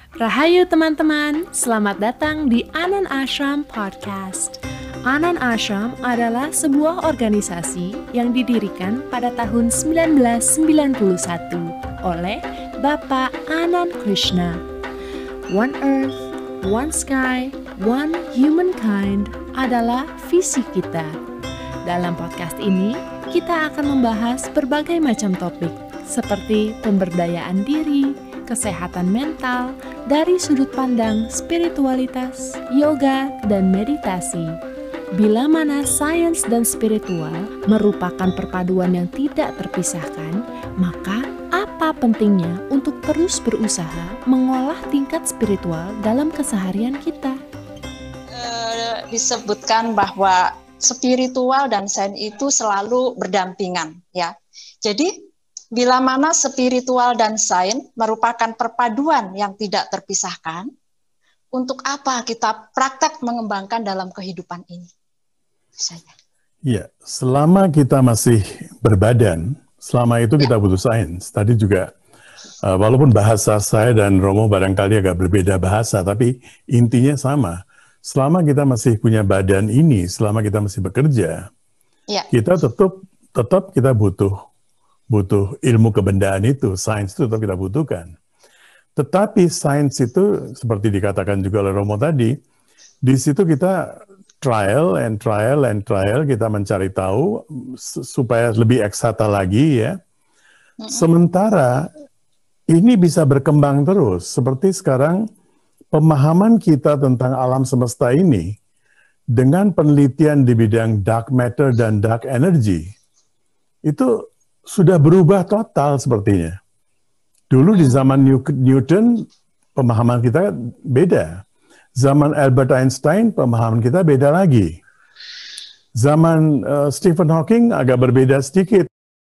Rahayu teman-teman, selamat datang di Anand Ashram Podcast. Anand Ashram adalah sebuah organisasi yang didirikan pada tahun 1991 oleh Bapak Anand Krishna. One Earth, One Sky, One Humankind adalah visi kita. Dalam podcast ini, kita akan membahas berbagai macam topik seperti pemberdayaan diri, kesehatan mental, dari sudut pandang spiritualitas, yoga, dan meditasi. Bila mana sains dan spiritual merupakan perpaduan yang tidak terpisahkan, maka apa pentingnya untuk terus berusaha mengolah tingkat spiritual dalam keseharian kita? Disebutkan bahwa spiritual dan sains itu selalu berdampingan, ya. Jadi bila mana spiritual dan sains merupakan perpaduan yang tidak terpisahkan, untuk apa kita praktek mengembangkan dalam kehidupan ini? Ya, selama kita masih berbadan, selama itu kita butuh sains. Tadi juga, walaupun bahasa saya dan Romo barangkali agak berbeda bahasa, tapi intinya sama. Selama kita masih punya badan ini, selama kita masih bekerja, kita tetap kita butuh ilmu kebendaan itu, sains itu tetap kita butuhkan. Tetapi sains itu, seperti dikatakan juga oleh Romo tadi, di situ kita trial and trial, kita mencari tahu supaya lebih eksakta lagi ya. Sementara ini bisa berkembang terus, seperti sekarang pemahaman kita tentang alam semesta ini dengan penelitian di bidang dark matter dan dark energy, itu sudah berubah total sepertinya. Dulu di zaman Newton, pemahaman kita beda. Zaman Albert Einstein, pemahaman kita beda lagi. Zaman Stephen Hawking agak berbeda sedikit.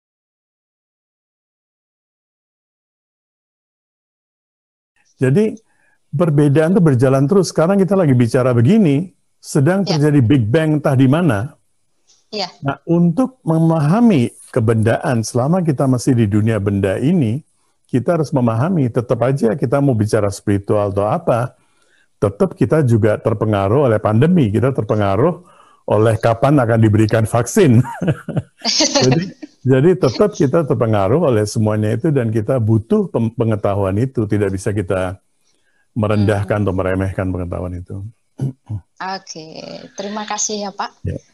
Jadi perbedaan itu berjalan terus. Sekarang kita lagi bicara begini, sedang terjadi Big Bang entah di mana. Nah, untuk memahami kebendaan selama kita masih di dunia benda ini, kita harus memahami, tetap aja kita mau bicara spiritual atau apa, tetap kita juga terpengaruh oleh pandemi, kita terpengaruh oleh kapan akan diberikan vaksin. jadi tetap kita terpengaruh oleh semuanya itu dan kita butuh pengetahuan itu, tidak bisa kita merendahkan atau meremehkan pengetahuan itu. Oke, terima kasih ya Pak.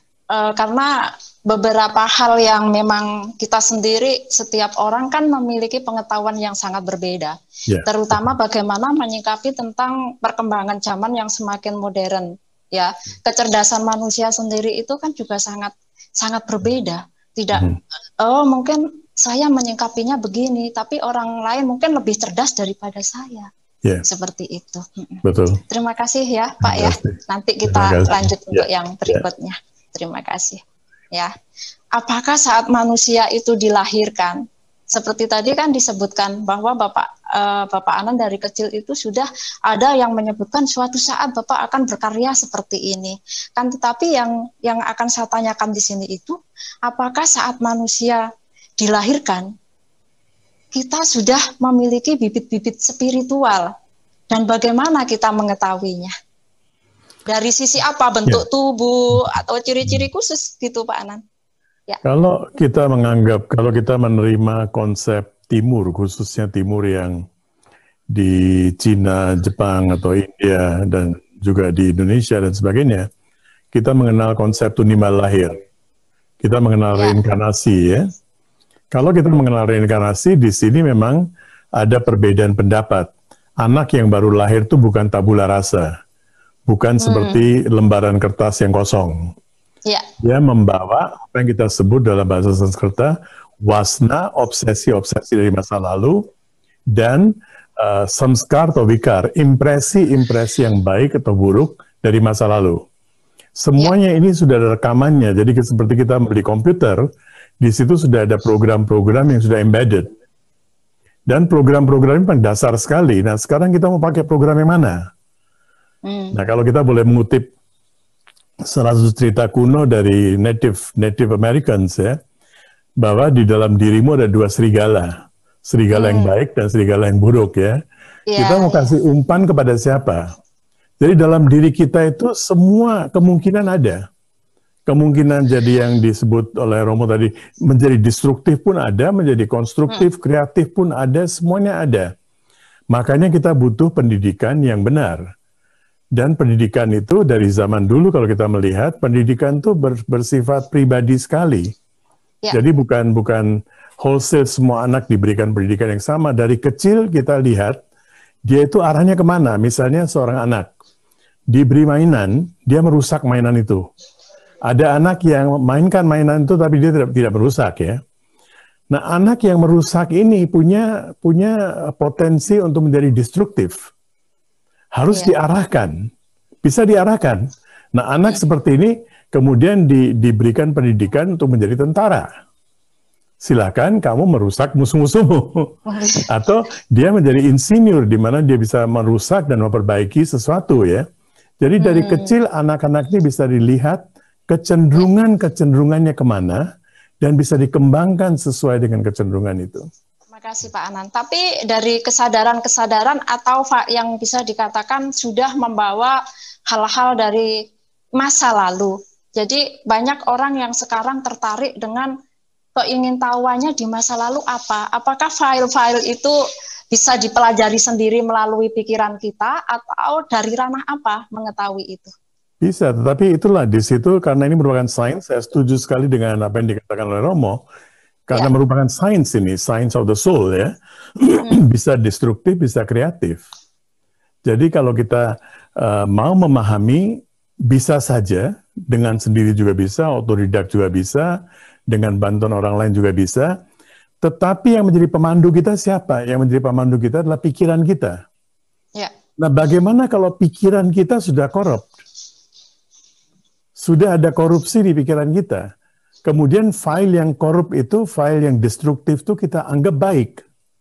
Karena beberapa hal yang memang kita sendiri, setiap orang kan memiliki pengetahuan yang sangat berbeda, terutama bagaimana menyikapi tentang perkembangan zaman yang semakin modern, ya. Kecerdasan manusia sendiri itu kan juga sangat berbeda. Tidak, mungkin saya menyikapinya begini, tapi orang lain mungkin lebih cerdas daripada saya. Seperti itu. Betul. Terima kasih ya Pak ya. Nanti kita lanjut untuk yang berikutnya. Terima kasih. Ya, apakah saat manusia itu dilahirkan, seperti tadi kan disebutkan bahwa Bapak Anand dari kecil itu sudah ada yang menyebutkan suatu saat Bapak akan berkarya seperti ini. Kan tetapi yang akan saya tanyakan di sini itu, apakah saat manusia dilahirkan kita sudah memiliki bibit-bibit spiritual dan bagaimana kita mengetahuinya? Dari sisi apa, bentuk tubuh atau ciri-ciri khusus gitu Pak Anand? Ya. Kalau kita menerima konsep Timur, khususnya Timur yang di Cina, Jepang atau India dan juga di Indonesia dan sebagainya, kita mengenal konsep tunimal lahir. Kita mengenal reinkarnasi ya. Kalau kita mengenal reinkarnasi, di sini memang ada perbedaan pendapat. Anak yang baru lahir itu bukan tabula rasa. Bukan seperti lembaran kertas yang kosong. Dia membawa apa yang kita sebut dalam bahasa Sanskerta wasna, obsesi-obsesi dari masa lalu, dan samskar atau vikar, impresi-impresi yang baik atau buruk dari masa lalu. Semuanya ini sudah ada rekamannya, jadi seperti kita beli komputer, di situ sudah ada program-program yang sudah embedded. Dan program-program ini dasar sekali. Nah, sekarang kita mau pakai program yang mana? Nah, kalau kita boleh mengutip salah satu cerita kuno dari Native Americans ya, bahwa di dalam dirimu ada dua serigala, serigala yang baik dan serigala yang buruk ya. Kita mau kasih umpan kepada siapa? Jadi dalam diri kita itu semua kemungkinan ada. Kemungkinan jadi yang disebut oleh Romo tadi, menjadi destruktif pun ada, menjadi konstruktif, kreatif pun ada, semuanya ada. Makanya kita butuh pendidikan yang benar. Dan pendidikan itu dari zaman dulu kalau kita melihat, pendidikan itu bersifat pribadi sekali. Jadi bukan wholesale semua anak diberikan pendidikan yang sama. Dari kecil kita lihat, dia itu arahnya kemana. Misalnya seorang anak, diberi mainan, dia merusak mainan itu. Ada anak yang mainkan mainan itu tapi dia tidak merusak ya. Nah, anak yang merusak ini punya potensi untuk menjadi destruktif. Harus diarahkan. Bisa diarahkan. Nah, anak seperti ini kemudian diberikan pendidikan untuk menjadi tentara. Silakan kamu merusak musuh-musuhmu. Atau dia menjadi insinyur di mana dia bisa merusak dan memperbaiki sesuatu ya. Jadi dari kecil anak-anak ini bisa dilihat kecenderungannya kemana, dan bisa dikembangkan sesuai dengan kecenderungan itu. Terima kasih Pak Anan. Tapi dari kesadaran-kesadaran atau yang bisa dikatakan sudah membawa hal-hal dari masa lalu. Jadi banyak orang yang sekarang tertarik dengan keingintahuannya di masa lalu apa? Apakah file-file itu bisa dipelajari sendiri melalui pikiran kita atau dari ranah apa mengetahui itu? Bisa, tetapi itulah di situ karena ini merupakan sains, saya setuju sekali dengan apa yang dikatakan oleh Romo, karena merupakan sains ini, science of the soul ya, bisa destruktif, bisa kreatif. Jadi kalau kita mau memahami, bisa saja, dengan sendiri juga bisa, otodidak juga bisa, dengan bantuan orang lain juga bisa, tetapi yang menjadi pemandu kita siapa? Yang menjadi pemandu kita adalah pikiran kita. Nah, bagaimana kalau pikiran kita sudah korup? Sudah ada korupsi di pikiran kita. Kemudian file yang korup itu, file yang destruktif itu kita anggap baik.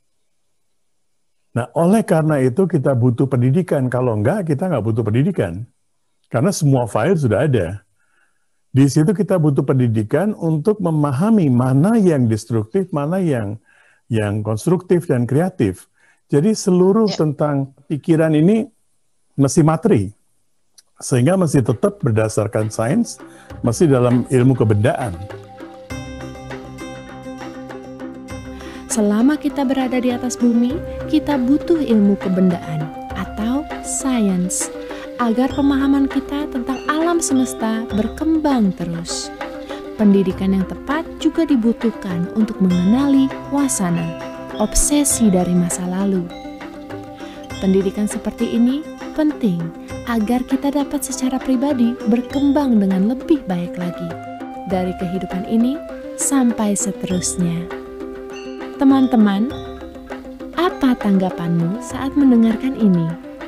Nah, oleh karena itu kita butuh pendidikan. Kalau enggak, kita nggak butuh pendidikan. Karena semua file sudah ada. Di situ kita butuh pendidikan untuk memahami mana yang destruktif, mana yang konstruktif dan kreatif. Jadi seluruh tentang pikiran ini mesti materi. Sehingga masih tetap berdasarkan sains, masih dalam ilmu kebendaan. Selama kita berada di atas bumi, kita butuh ilmu kebendaan atau sains, agar pemahaman kita tentang alam semesta berkembang terus. Pendidikan yang tepat juga dibutuhkan untuk mengenali wasana, obsesi dari masa lalu. Pendidikan seperti ini penting agar kita dapat secara pribadi berkembang dengan lebih baik lagi dari kehidupan ini sampai seterusnya. Teman-teman, apa tanggapanmu saat mendengarkan ini?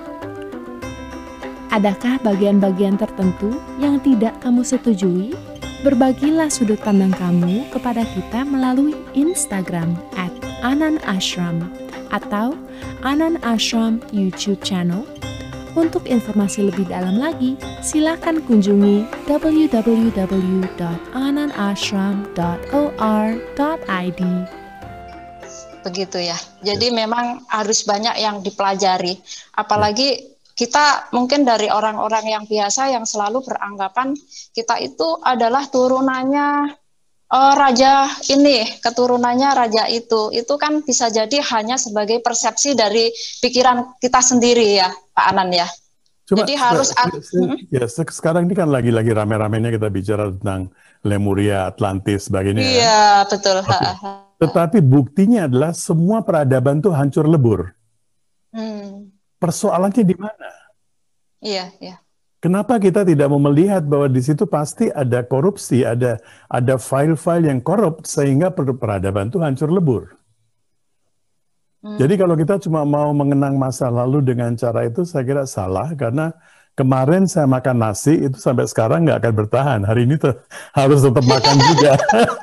Adakah bagian-bagian tertentu yang tidak kamu setujui? Berbagilah sudut pandang kamu kepada kita melalui Instagram @ananashram atau Anan Ashram YouTube channel. Untuk informasi lebih dalam lagi, silakan kunjungi www.ananashram.or.id. Begitu ya. Jadi memang harus banyak yang dipelajari. Apalagi kita mungkin dari orang-orang yang biasa yang selalu beranggapan kita itu adalah turunannya raja ini, keturunannya raja itu kan bisa jadi hanya sebagai persepsi dari pikiran kita sendiri ya, Pak Anan ya. Cuma, jadi harus sekarang ini kan lagi-lagi rame-ramenya kita bicara tentang Lemuria, Atlantis, sebagainya. Iya, betul. Tetapi buktinya adalah semua peradaban tuh hancur lebur. Persoalannya di mana? Iya. Kenapa kita tidak mau melihat bahwa di situ pasti ada korupsi, ada file-file yang korup sehingga peradaban itu hancur lebur. Jadi kalau kita cuma mau mengenang masa lalu dengan cara itu, saya kira salah, karena kemarin saya makan nasi itu sampai sekarang nggak akan bertahan. Hari ini harus tetap makan juga.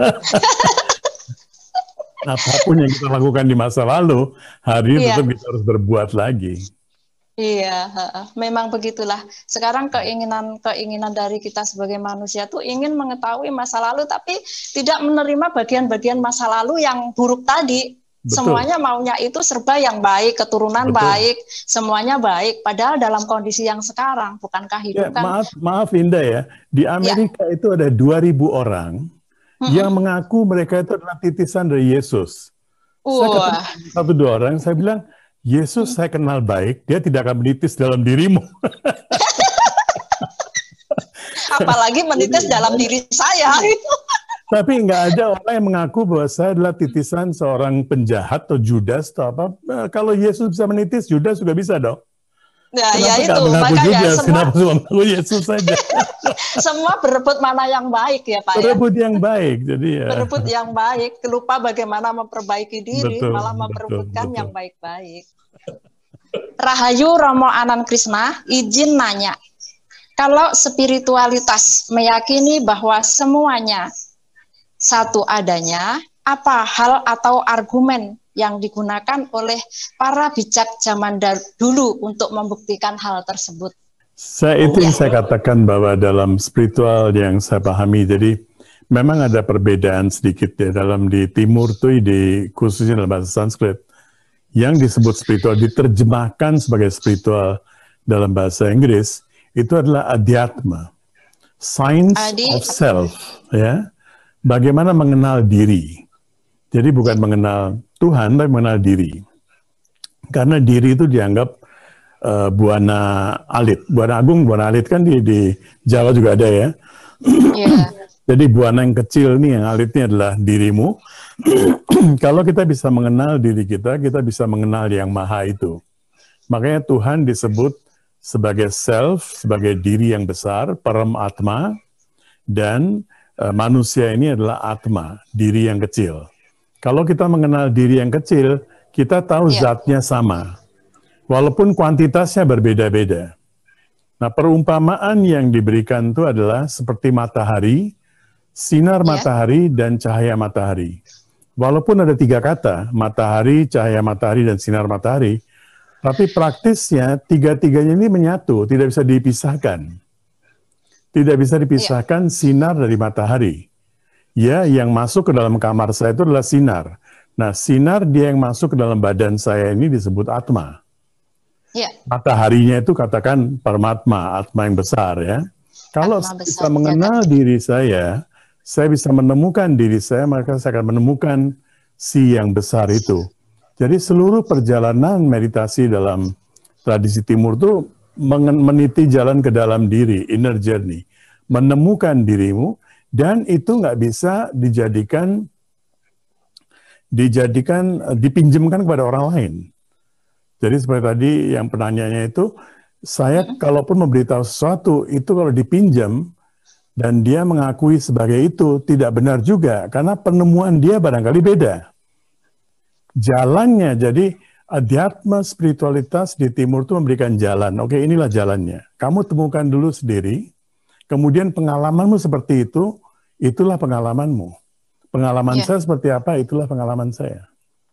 Apapun yang kita lakukan di masa lalu, hari ini tetap kita harus berbuat lagi. Iya, memang begitulah. Sekarang keinginan dari kita sebagai manusia tuh ingin mengetahui masa lalu, tapi tidak menerima bagian-bagian masa lalu yang buruk tadi. Semuanya maunya itu serba yang baik, keturunan baik, semuanya baik. Padahal dalam kondisi yang sekarang, bukankah hidup kan? Maaf Indah ya, di Amerika itu ada 2.000 orang yang mengaku mereka itu adalah titisan dari Yesus. Saya ketemu 1-2 orang, saya bilang, Yesus saya kenal baik, dia tidak akan menitis dalam dirimu. Apalagi menitis dalam diri saya. Tapi nggak ada orang yang mengaku bahwa saya adalah titisan seorang penjahat atau Judas atau apa. Kalau Yesus bisa menitis, Judas juga bisa dong. Nah, ya itu makanya kenapa semua mengaku Yesus saja? Semua berebut mana yang baik ya Pak. Berebut yang baik, jadi ya. Berebut yang baik, lupa bagaimana memperbaiki diri, malah memperebutkan yang baik-baik. Rahayu Romo Anan Krisna, izin nanya. Kalau spiritualitas meyakini bahwa semuanya satu adanya, apa hal atau argumen yang digunakan oleh para bijak zaman dulu untuk membuktikan hal tersebut? Itu yang saya katakan bahwa dalam spiritual yang saya pahami, jadi memang ada perbedaan sedikit ya dalam di timur tuh, khususnya dalam bahasa Sanskrit, yang disebut spiritual diterjemahkan sebagai spiritual dalam bahasa Inggris itu adalah adhyatma, science of self, ya. Bagaimana mengenal diri. Jadi bukan mengenal Tuhan, tapi mengenal diri. Karena diri itu dianggap buana alit. Buana agung, buana alit kan di Jawa juga ada ya. Jadi buana yang kecil nih, yang alitnya adalah dirimu. Kalau kita bisa mengenal diri kita bisa mengenal yang maha itu. Makanya Tuhan disebut sebagai self, sebagai diri yang besar, param atma, dan manusia ini adalah atma, diri yang kecil. Kalau kita mengenal diri yang kecil, kita tahu zatnya sama, walaupun kuantitasnya berbeda-beda. Nah, perumpamaan yang diberikan itu adalah seperti matahari, sinar matahari, dan cahaya matahari. Walaupun ada 3 kata, matahari, cahaya matahari, dan sinar matahari, tapi praktisnya 3-tiganya ini menyatu, tidak bisa dipisahkan. Tidak bisa dipisahkan sinar dari matahari. Ya, yang masuk ke dalam kamar saya itu adalah sinar. Nah, sinar dia yang masuk ke dalam badan saya ini disebut atma. Mataharinya itu katakan paramatma, atma yang besar ya. Kalau saya bisa mengenal diri saya bisa menemukan diri saya, maka saya akan menemukan si yang besar itu. Jadi seluruh perjalanan meditasi dalam tradisi timur itu meniti jalan ke dalam diri, inner journey, menemukan dirimu, dan itu nggak bisa dipinjamkan kepada orang lain. Jadi seperti tadi yang penanyanya itu, saya kalaupun memberitahu sesuatu, itu kalau dipinjam, dan dia mengakui sebagai itu, tidak benar juga, karena penemuan dia barangkali beda. Jalannya, jadi adhyatma spiritualitas di timur itu memberikan jalan. Oke, inilah jalannya. Kamu temukan dulu sendiri, kemudian pengalamanmu seperti itu, itulah pengalamanmu. Pengalaman saya seperti apa, itulah pengalaman saya.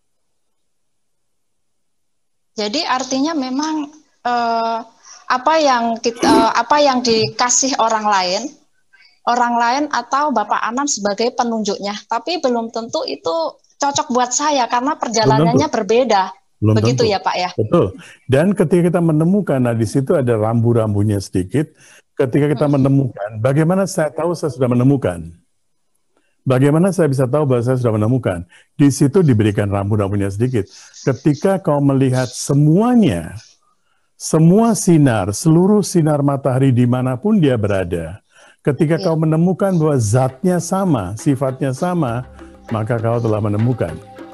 Jadi artinya memang apa yang dikasih orang lain atau Bapak Anan sebagai penunjuknya, tapi belum tentu itu cocok buat saya karena perjalanannya berbeda. Begitu ya Pak ya? Betul. Dan ketika kita menemukan, nah di situ ada rambu-rambunya sedikit. Ketika kita menemukan, bagaimana saya tahu saya sudah menemukan? Bagaimana saya bisa tahu bahwa saya sudah menemukan? Di situ diberikan rambu-rambunya sedikit. Ketika kau melihat semuanya, semua sinar, seluruh sinar matahari dimanapun dia berada, ketika kau menemukan bahwa zatnya sama, sifatnya sama, maka kau telah menemukan.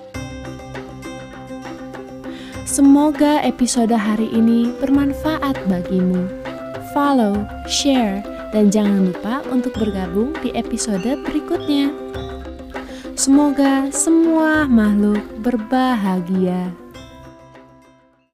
Semoga episode hari ini bermanfaat bagimu. Follow, share, dan jangan lupa untuk bergabung di episode berikutnya. Semoga semua makhluk berbahagia.